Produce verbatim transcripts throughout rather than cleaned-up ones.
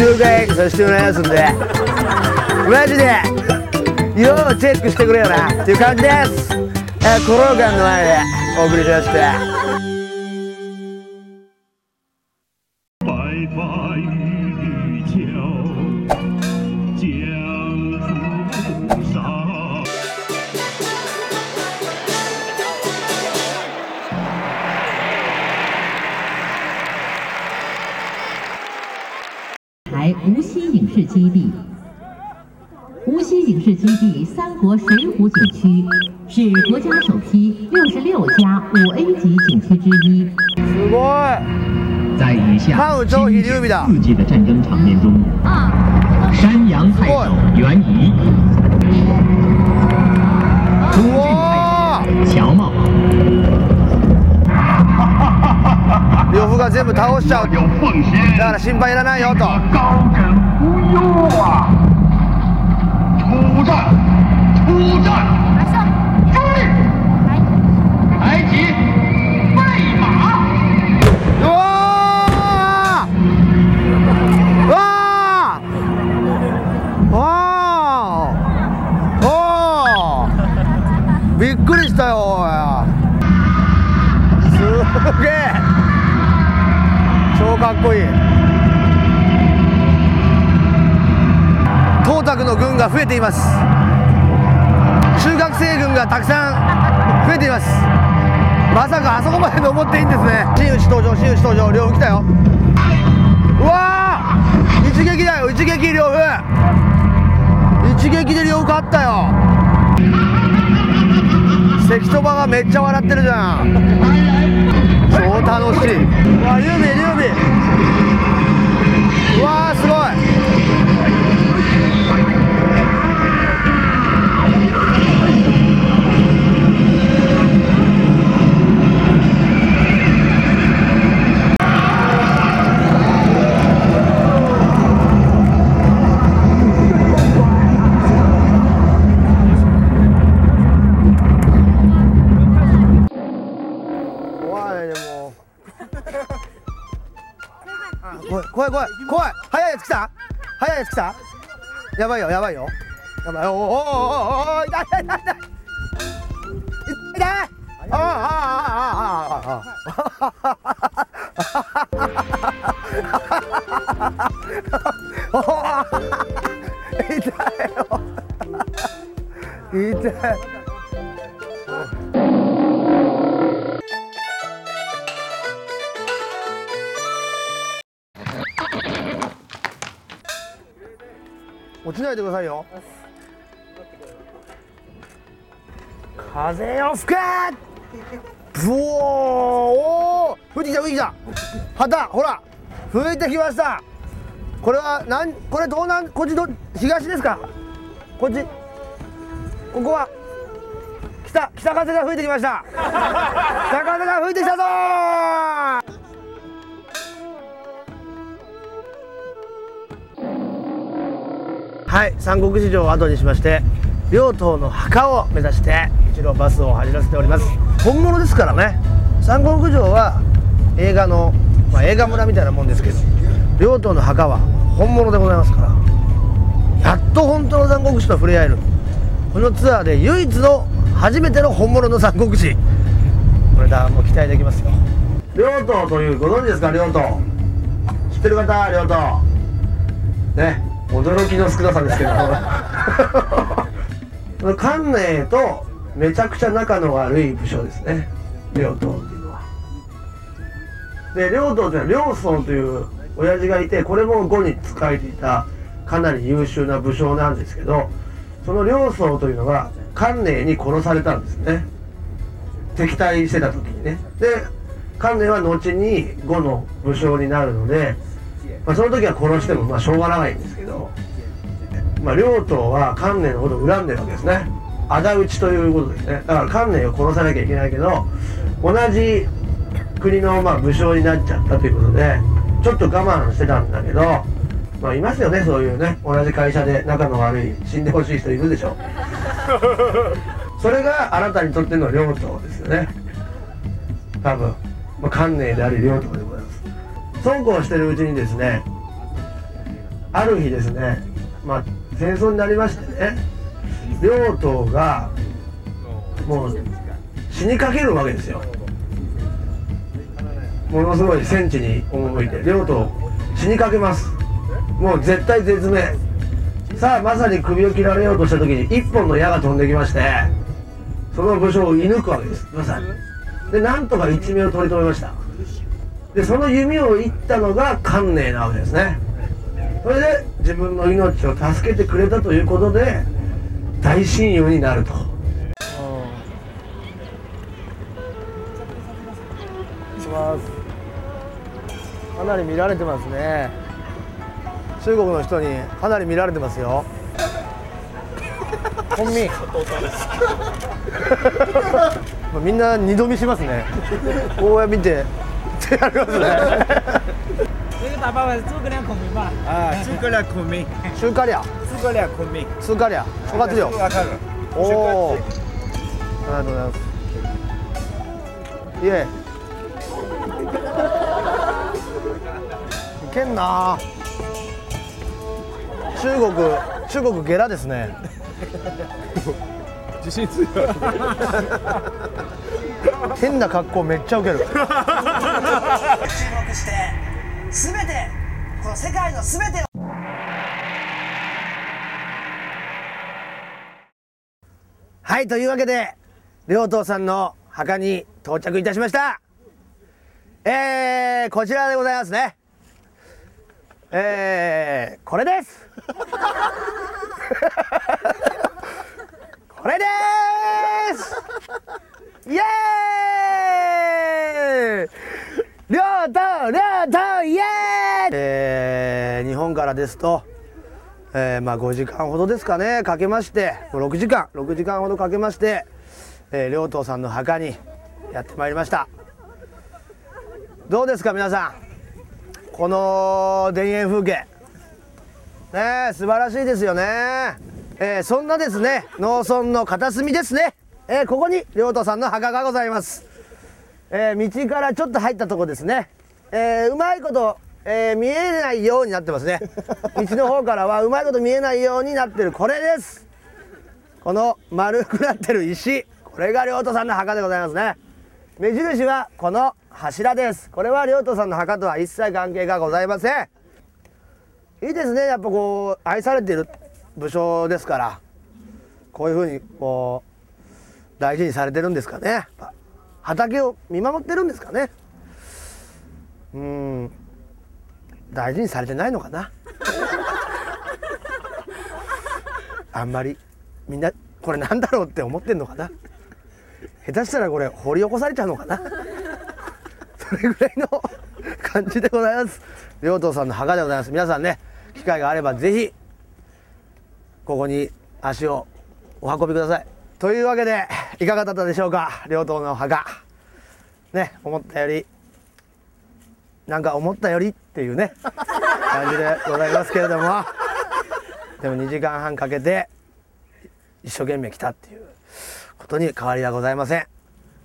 周回させてもらいますんで、マジで要チェックしてくれよなっていう感じです。えー、コロガンの前でお送りしました。 台无锡影视基地，无锡影视基地三国水浒景区是国家首批六十六家五 A 级景区之一。 すごい。 在以下刺激的战争场面中，山阳太守袁仪，朱俊太守乔瑁。 呂布が全部倒しちゃう。だから心配いらないよと。 高枕无忧啊！出战，出战！追！抬起备马！ うわー！わー！わー！おー！びっくりしたよおい。すげえ。超かっこいい。東卓の軍が増えています。中学生軍がたくさん増えています。まさかあそこまで登っていいんですね。真打ち登場、真打ち登場、両夫来たよ。うわー、一撃だよ、一撃両夫。一撃で両夫勝ったよ。関戸場がめっちゃ笑ってるじゃん。超楽しい。うわ、劉備、劉備。うわー、すごい。怖い怖い怖い。早いやつ来た。早いやつ来た。やばいよやばいよやばい。おおおおおお、痛い痛い痛い痛い痛い。ああああああああ。痛いよ痛い。落ちないでくださいよ。風よ吹け。ブオー。おー、吹いてきた吹いてきた。旗ほら吹いてきました。これはなんこれ東南、こっちど東ですか。こっちここは北北風が吹いてきました。北風が吹いてきたぞー。はい、三国志城を後にしまして両党の墓を目指して一路バスを走らせております。本物ですからね。三国城は映画の、まあ、映画村みたいなもんですけど、両党の墓は本物でございますから、やっと本当の三国志と触れ合える。このツアーで唯一の初めての本物の三国志、これだもう期待できますよ。両党というご存知ですか。両党知ってる方。両党ね、驚きの少なさですけど関寧とめちゃくちゃ仲の悪い武将ですね、両党っていうのは。で両党というのは両曹という親父がいて、これも呉に仕えていたかなり優秀な武将なんですけど、その両曹というのが関寧に殺されたんですね、敵対してた時にね。で関寧は後に呉の武将になるので、まあ、その時は殺してもまあしょうがないんですけど、まあ、両党は関寧のことを恨んでるわけですね。仇討ちということですね。だから関寧を殺さなきゃいけないけど、同じ国のまあ武将になっちゃったということでちょっと我慢してたんだけど、まあいますよね、そういうね、同じ会社で仲の悪い死んでほしい人いるでしょそれがあなたにとっての両党ですよね、多分。まあ、関寧であり両党でございます。そうこうしてるうちにですね、 ある日ですね、まあ戦争になりましてね、両党がもう死にかけるわけですよ。ものすごい戦地に赴いて両党死にかけます。もう絶対絶命。さあまさに首を切られようとした時に一本の矢が飛んできまして、その武将を射抜くわけです。まさにでなんとか一命を取り留めました。でその弓を射ったのが観念なわけですね。それで自分の命を助けてくれたということで大親友になると。かなり見られてますね。中国の人にかなり見られてますよ。本民みんな二度見しますね。こうやって見て手やりますね。 这个打爸爸是诸葛亮孔明吧？ 啊，诸葛亮孔明， 诸葛亮， 诸葛亮孔明， 诸葛亮、分かってるよ。 わかる。 おお、ありがとうございます。いえ、いけんな。中国、中国ゲラですね。 自信強い。 変な格好めっちゃウケる。 注目してすべてこの世界のすべてをはい、というわけで両党さんの墓に到着いたしました。えー、こちらでございますね。えー、これです。これです。イエーイ。両党両党イエーイ。えー、日本からですと、えー、まあごじかんほどですかねかけまして、ろくじかんろくじかんほどかけまして、えー、両党さんの墓にやってまいりました。どうですか皆さん、この田園風景ねえ素晴らしいですよね。えー、そんなですね農村の片隅ですね、えー、ここに両党さんの墓がございます。えー、道からちょっと入ったとこですね、えー、うまいこと、えー、見えないようになってますね。道の方からはうまいこと見えないようになってるこれです。この丸くなってる石、これが両党さんの墓でございますね。目印はこの柱です。これは両党さんの墓とは一切関係がございません。いいですね、やっぱこう愛されている武将ですから、こういうふうにこう大事にされてるんですかね。畑を見守ってるんですかね。うーん、大事にされてないのかな。あんまりみんなこれなんだろうって思ってんのかな。下手したらこれ掘り起こされちゃうのかな。それぐらいの感じでございます。両党さんの墓でございます。皆さんね、機会があればぜひここに足をお運びください。というわけでいかがだったでしょうか。両党の墓ね、思ったよりなんか思ったよりっていうね感じでございますけれども、でもにじかんはんかけて一生懸命来たっていうことに変わりはございません。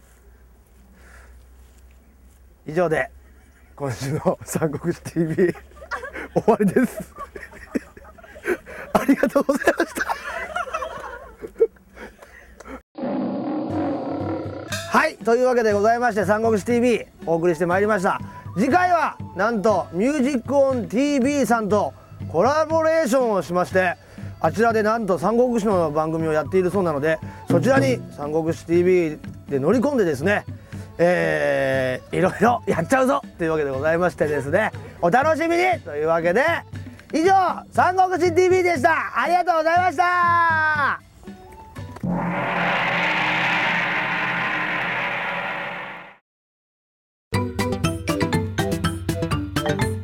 以上で今週の三国志 ティービー 終わりです。ありがとうございました。はい、というわけでございまして三国志 ティービー お送りしてまいりました。次回はなんとミュージックオン ティービー さんとコラボレーションをしまして、あちらでなんと三国志の番組をやっているそうなので、そちらに三国志 ティービー で乗り込んでですね、えー、いろいろやっちゃうぞというわけでございましてですね、お楽しみにというわけで、以上三国志 ティービー でした。ありがとうございました。